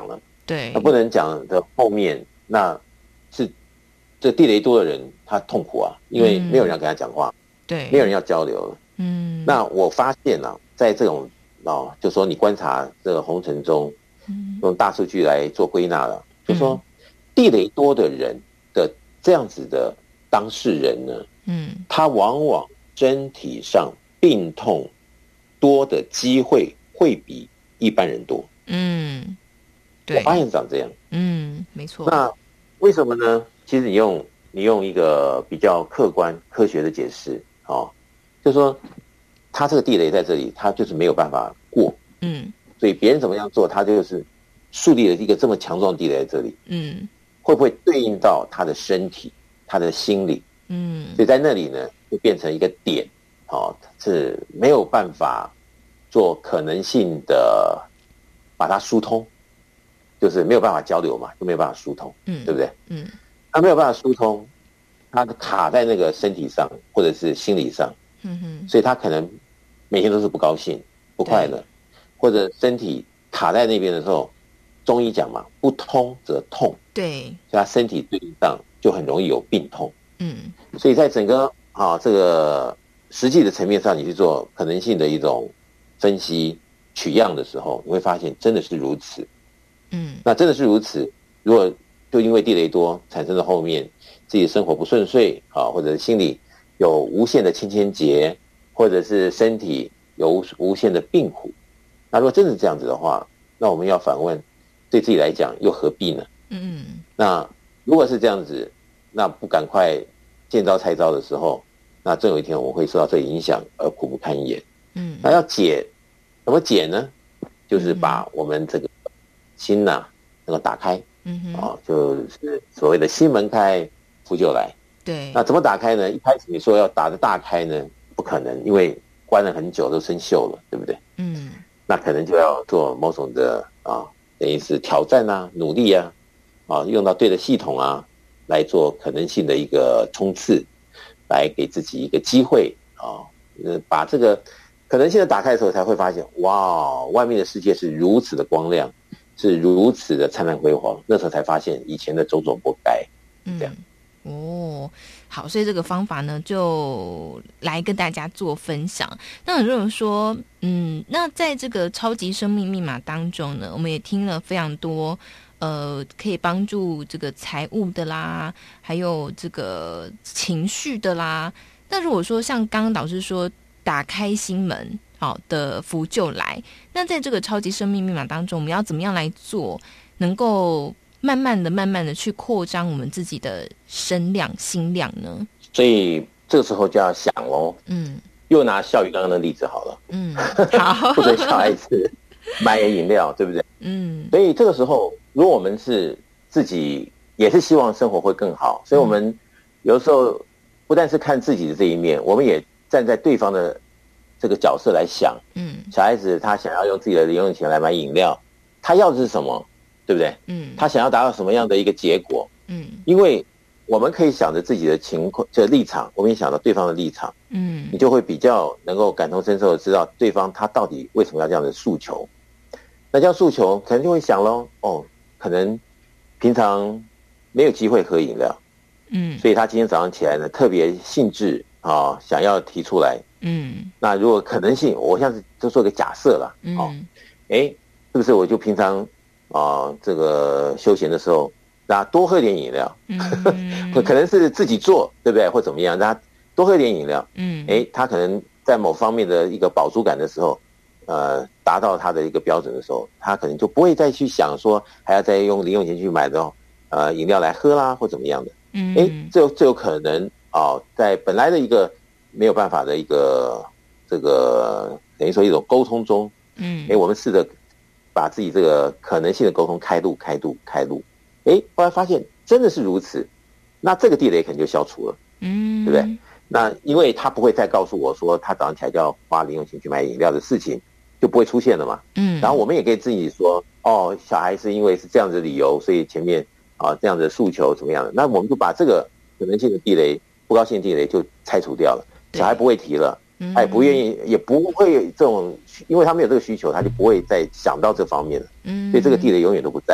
对， 那不能讲的后面，那是这地雷多的人他痛苦啊，因为没有人要跟他讲话， 对， 没有人要交流了。那我发现啊，在这种就说你观察这个红尘中，用大数据来做归纳了，就说地雷多的人的这样子的当事人呢，他往往身体上病痛多的机会会比一般人多。对，我发现长这样。 没错。 那为什么呢？其实你用一个比较客观科学的解释，就是说他这个地雷在这里，他就是没有办法过。所以别人怎么样做，他就是树立了一个这么强壮的地雷在这里。会不会对应到他的身体、他的心理？所以在那里呢，就变成一个点，是没有办法做可能性的把它疏通，就是没有办法交流嘛，就没有办法疏通，对不对？他没有办法疏通，他卡在那个身体上或者是心理上，所以他可能每天都是不高兴、不快乐，或者身体卡在那边的时候，中医讲嘛，不通则痛，对，所以他身体对应上就很容易有病痛。所以在整个这个实际的层面上，你去做可能性的一种分析取样的时候，你会发现真的是如此。那真的是如此。如果就因为地雷多产生的后面自己生活不顺遂或者心里有无限的千结，或者是身体有无限的病苦，那如果真的是这样子的话，那我们要反问，对自己来讲又何必呢？那如果是这样子，那不赶快见招拆招的时候，那总有一天我们会受到这影响而苦不堪言。那要解，怎么解呢？就是把我们这个心能够打开，就是所谓的心门开，福就来。对，那怎么打开呢？一开始你说要打得大开呢，不可能，因为关了很久都生锈了，对不对？那可能就要做某种的等于是挑战努力用到对的系统来做可能性的一个冲刺，来给自己一个机会把这个可能性的打开的时候，才会发现哇，外面的世界是如此的光亮，是如此的灿烂辉煌，那时候才发现以前的种种不该。这样好，所以这个方法呢，就来跟大家做分享。那很多人说，那在这个超级生命密码当中呢，我们也听了非常多，可以帮助这个财务的啦，还有这个情绪的啦。那如果说像刚刚导师说，打开心门，好的福就来。那在这个超级生命密码当中，我们要怎么样来做，能够慢慢的去扩张我们自己的身量、心量呢？ 所以这个时候就要想又拿孝宇刚刚的例子好了， 好， 或者小孩子买饮料，对不对？所以这个时候，如果我们是自己也是希望生活会更好，所以我们有时候不但是看自己的这一面，我们也站在对方的这个角色来想。小孩子他想要用自己的零用钱来买饮料，他要的是什么？对不对？他想要达到什么样的一个结果？因为我们可以想着自己的情况，这立场，我们也想到对方的立场。你就会比较能够感同身受的知道对方他到底为什么要这样的诉求。那这样诉求，可能就会想咯，可能平常没有机会喝饮料，所以他今天早上起来呢，特别兴致想要提出来。那如果可能性，我像是就做个假设啦，是不是我就平常这个休闲的时候，让他多喝点饮料，可能是自己做，对不对？或怎么样，让他多喝点饮料，他可能在某方面的一个饱足感的时候，达到他的一个标准的时候，他可能就不会再去想说还要再用零用钱去买的饮料来喝啦，或怎么样的。这有可能在本来的一个没有办法的一个这个等于说一种沟通中，我们试着把自己这个可能性的沟通开路，后来发现真的是如此，那这个地雷可能就消除了，对不对？那因为他不会再告诉我说他早上起来就要花零用钱去买饮料的事情，就不会出现了嘛。然后我们也可以自己说，小孩是因为是这样的理由，所以前面这样的诉求怎么样的，那我们就把这个可能性的地雷、不高兴的地雷就拆除掉了，小孩不会提了。他也不愿意，也不会这种，因为他没有这个需求，他就不会再想到这方面了。所以这个地雷永远都不在了。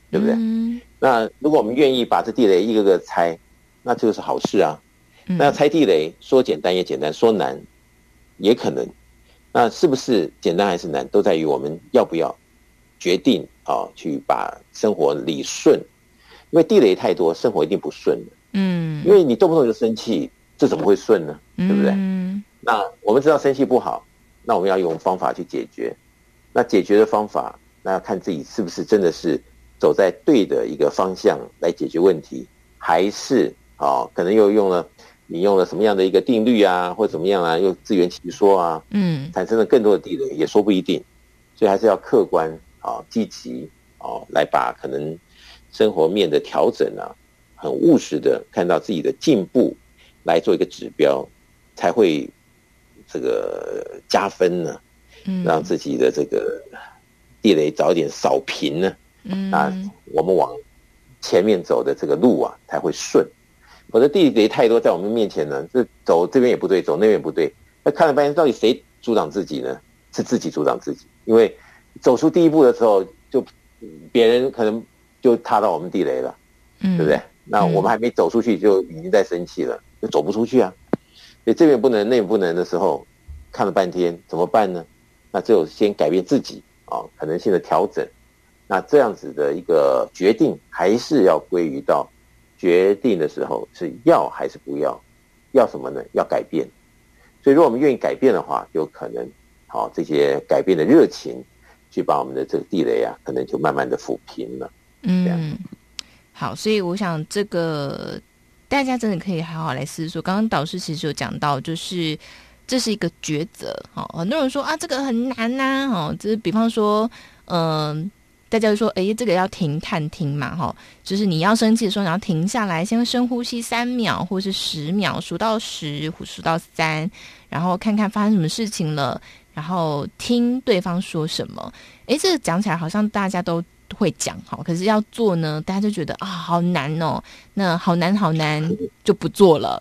对不对？那如果我们愿意把这地雷一个个拆，那这个是好事啊。那要拆地雷，说简单也简单，说难也可能。那是不是简单还是难，都在于我们要不要决定去把生活理顺。因为地雷太多，生活一定不顺的。因为你动不动就生气，这怎么会顺呢？对不对？那我们知道生气不好，那我们要用方法去解决。那解决的方法，那要看自己是不是真的是走在对的一个方向来解决问题，还是可能又你用了什么样的一个定律啊，或者怎么样啊，又自圆其说啊，产生了更多的地雷，也说不一定。所以还是要客观积极来把可能生活面的调整啊，很务实的看到自己的进步，来做一个指标，才会这个加分呢，让自己的这个地雷早点扫平呢，那我们往前面走的这个路啊才会顺。否则地雷太多在我们面前呢，这走这边也不对，走那边也不对，那看了半天到底谁阻挡自己呢？是自己阻挡自己。因为走出第一步的时候，就别人可能就踏到我们地雷了，对不对？那我们还没走出去就已经在生气了，就走不出去啊。所以这边不能那边不能的时候，看了半天怎么办呢？那只有先改变自己可能性的调整。那这样子的一个决定还是要归于到决定的时候是要还是不要，要什么呢？要改变。所以如果我们愿意改变的话，有可能这些改变的热情去把我们的这个地雷啊，可能就慢慢的抚平了。 好，所以我想这个大家真的可以好好来思索。刚刚导师其实有讲到，就是这是一个抉择。很多人说这个很难啊，就是比方说大家就说这个要停探听嘛，就是你要生气的时候你要停下来，先深呼吸3秒或是10秒，数到10，数到3，然后看看发生什么事情了，然后听对方说什么。这个讲起来好像大家都会讲，可是要做呢，大家就觉得好难哦，那好难就不做了。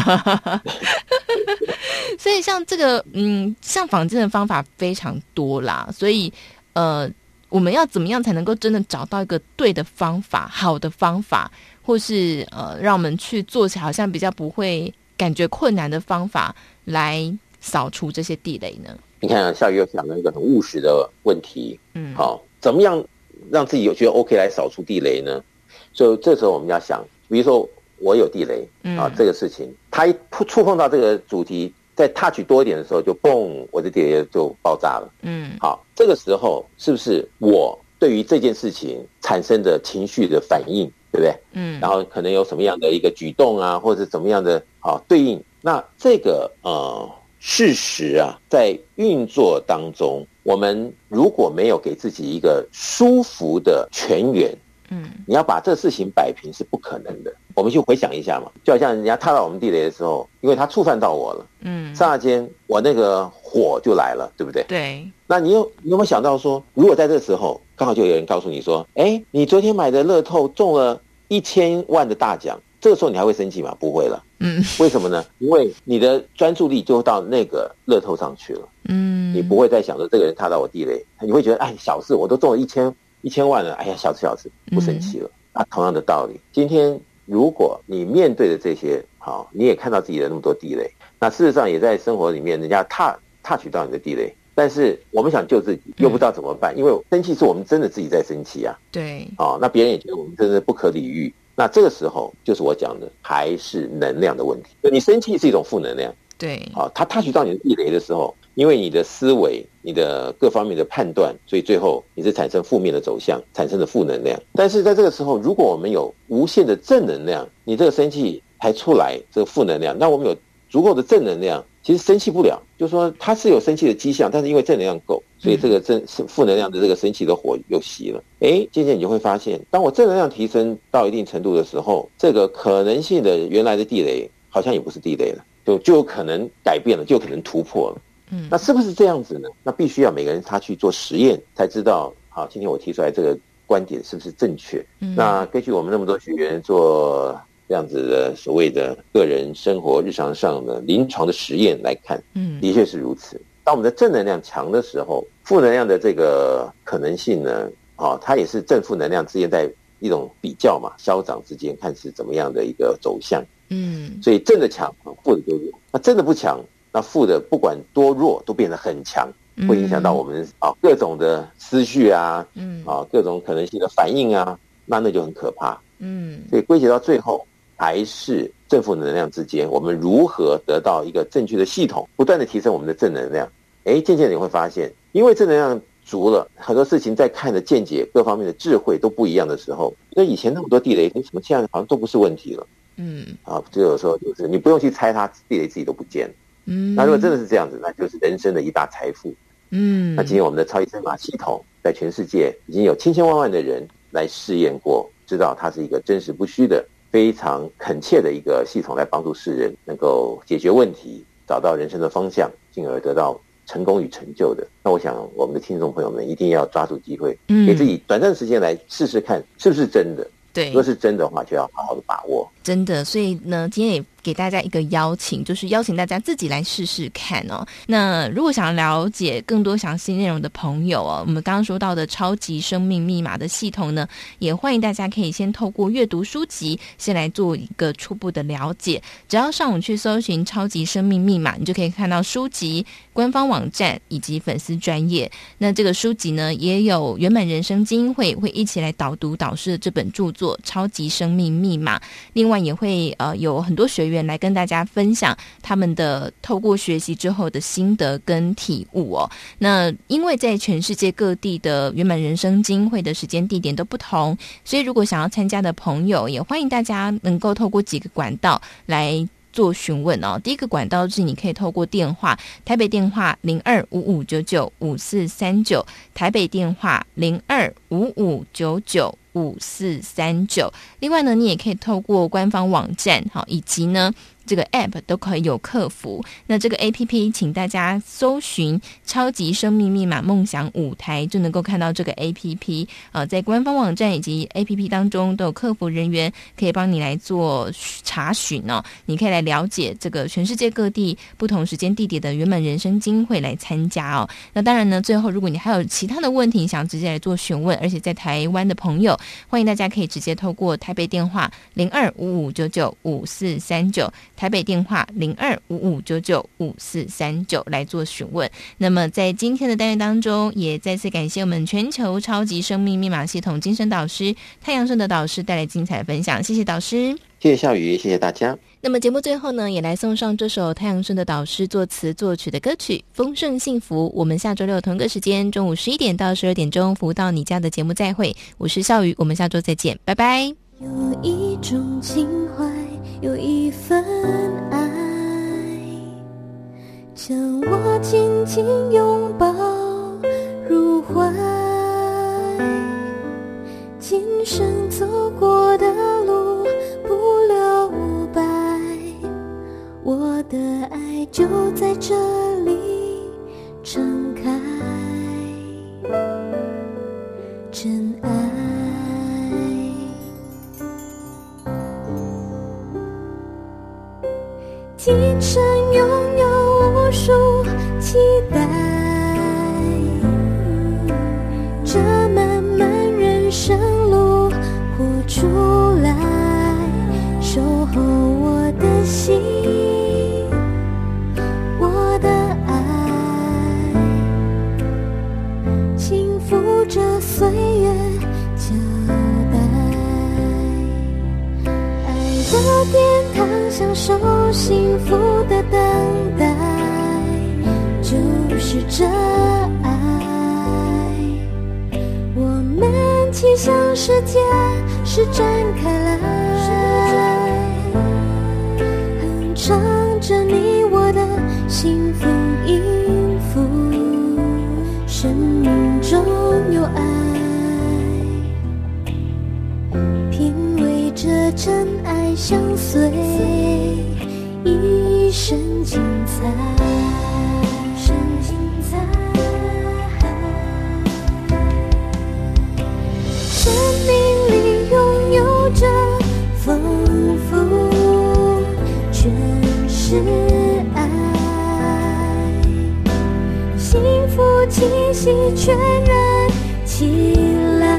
所以像这个像坊间的方法非常多啦，所以我们要怎么样才能够真的找到一个对的方法，好的方法，或是让我们去做起来好像比较不会感觉困难的方法来扫除这些地雷呢？ 你看夏雨又讲了一个很务实的问题，怎么样让自己觉得 OK 来扫除地雷呢？所以这时候我们要想，比如说我有地雷这个事情，它一触碰到这个主题，在 touch 多一点的时候，就嘣，我的地雷就爆炸了。好，这个时候是不是我对于这件事情产生的情绪的反应，对不对？然后可能有什么样的一个举动啊，或者怎么样的对应？那这个事实啊，在运作当中，我们如果没有给自己一个舒服的泉源，你要把这事情摆平是不可能的。我们去回想一下嘛，就好像人家踏到我们地雷的时候，因为他触犯到我了，刹那间我那个火就来了，对不对？ 对。 那你有没有想到说，如果在这个时候刚好就有人告诉你说，你昨天买的乐透中了1000万的大奖，这个时候你还会生气吗？不会了。为什么呢？因为你的专注力就到那个乐透上去了。你不会再想着这个人踏到我地雷，你会觉得小事，我都中了1000万了，小事，不生气了。那同样的道理，今天如果你面对的这些你也看到自己的那么多地雷，那事实上也在生活里面人家touch到你的地雷，但是我们想救自己又不知道怎么办，因为生气是我们真的自己在生气啊。 对。 那别人也觉得我们真的不可理喻。那这个时候就是我讲的，还是能量的问题。你生气是一种负能量， 对， 它touch到你的地雷的时候，因为你的思维、你的各方面的判断，所以最后你是产生负面的走向，产生的负能量。但是在这个时候，如果我们有无限的正能量，你这个生气才出来这个负能量，那我们有足够的正能量，其实生气不了。就是说它是有生气的迹象，但是因为正能量够，所以这个负能量的这个生气的火又熄了。渐渐你就会发现，当我正能量提升到一定程度的时候，这个可能性的原来的地雷好像也不是地雷了，就有可能改变了，就有可能突破了。那是不是这样子呢？那必须要每个人他去做实验才知道，好，今天我提出来这个观点是不是正确。那根据我们那么多学员做这样子的所谓的个人生活日常上的临床的实验来看，的确是如此。当我们的正能量强的时候，负能量的这个可能性呢它也是正负能量之间在一种比较嘛，消长之间看是怎么样的一个走向。所以正的强，负的就弱。那正的不强，那负的不管多弱都变得很强，会影响到我们各种的思绪啊，各种可能性的反应啊，那就很可怕。所以归结到最后，还是正负能量之间，我们如何得到一个正确的系统，不断的提升我们的正能量。渐渐你会发现，因为正能量足了，很多事情在看的见解各方面的智慧都不一样的时候，那以前那么多地雷，什么现在好像都不是问题了。就有时候就是你不用去猜它，地雷自己都不见了。那如果真的是这样子，那就是人生的一大财富。那今天我们的超级生码系统在全世界已经有千千万万的人来试验过，知道它是一个真实不虚的非常恳切的一个系统，来帮助世人能够解决问题，找到人生的方向，进而得到成功与成就的。那我想我们的听众朋友们一定要抓住机会，给自己短暂的时间来试试看是不是真的。对，如果是真的话，就要好好的把握。 真的，所以呢，今天也给大家一个邀请，就是邀请大家自己来试试看哦。那如果想要了解更多详细内容的朋友哦，我们刚刚说到的超级生命密码的系统呢，也欢迎大家可以先透过阅读书籍，先来做一个初步的了解。只要上网去搜寻超级生命密码，你就可以看到书籍、官方网站以及粉丝专页。那这个书籍呢，也有圆满人生基金会会一起来导读导师的这本著作《超级生命密码》。另外也会有很多学员来跟大家分享他们的透过学习之后的心得跟体悟哦。那因为在全世界各地的圆满人生基金会的时间地点都不同，所以如果想要参加的朋友，也欢迎大家能够透过几个管道来做询问哦。第一个管道是你可以透过电话，台北电话0255995439，台北电话0255995439。另外呢，你也可以透过官方网站以及呢这个 App 都可以有客服。那这个 APP 请大家搜寻超级生命密码梦想舞台，就能够看到这个 APP。在官方网站以及 APP 当中都有客服人员可以帮你来做查询哦。你可以来了解这个全世界各地不同时间地点的圆满人生基金会来参加哦。那当然呢，最后如果你还有其他的问题想直接来做询问，而且在台湾的朋友，欢迎大家可以直接透过台北电话0255995439，台北电话0255995439来做询问。那么在今天的单元当中，也再次感谢我们全球超级生命密码系统精神导师太阳盛德导师带来精彩的分享，谢谢导师。 谢谢笑宇，谢谢大家。 那么节目最后呢，也来送上这首太阳盛德导师作词作曲的歌曲《丰盛幸福》。我们下周六同个时间中午11点到12点钟服务到你家的节目再会，我是笑宇，我们下周再见，拜拜。 有一种情怀，有一份爱，将我紧紧拥抱入怀，今生走过的路不留白，我的爱就在这里盛开，真爱。今生拥有无数期待，这漫漫人生路活出来，守候我的心，我的爱，轻抚着岁月交代，爱的殿堂享受幸福的等待，就是这爱，我们气象世界施展开来，哼唱着你我的幸福音符，生命中有爱，品味着真爱相随，一生精彩，生精彩。生命里拥有着丰富，全是爱，幸福气息全然起来。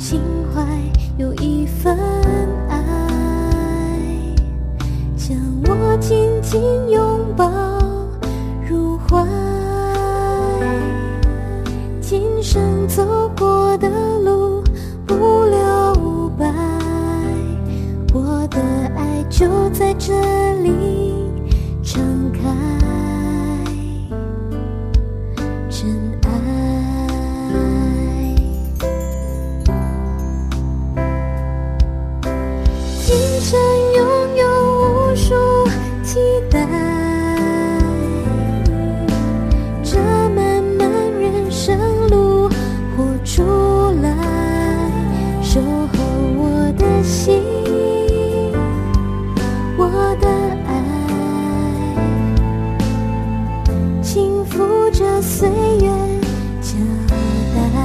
情怀有一份爱，将我紧紧拥抱入怀。今生走过的路不留无白，我的爱就在这里敞开。真爱，今生拥有无数期待，这漫漫人生路活出来，守候我的心，我的爱，轻抚着岁月交代，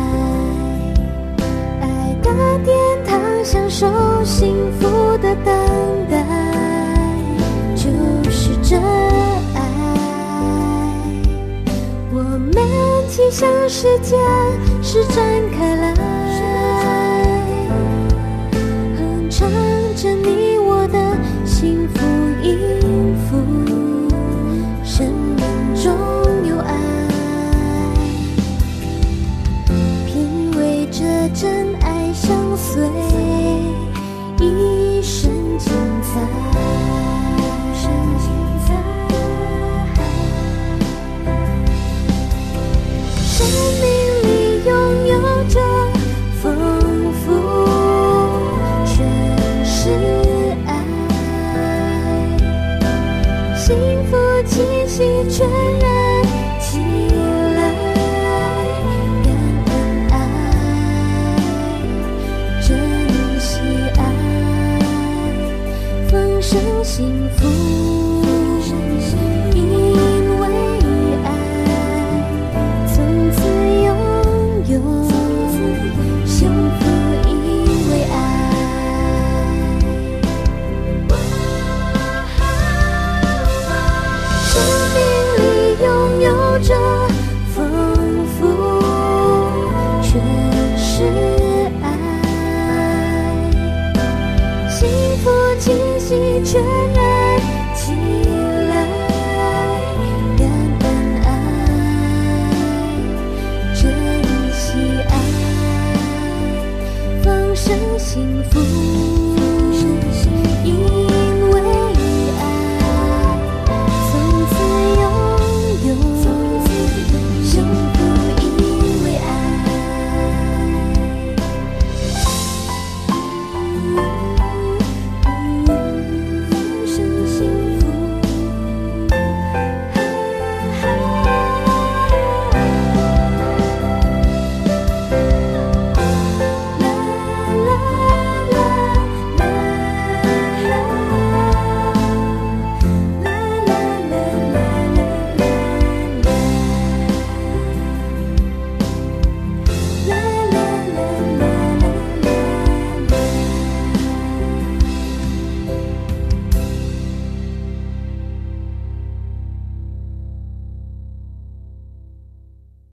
爱的殿堂享受幸福的等待，就是真爱。我们骑向世界施展开来，哼唱着你我的幸福音符，生命中有爱，品味着真爱相随，一生精彩，一生精彩。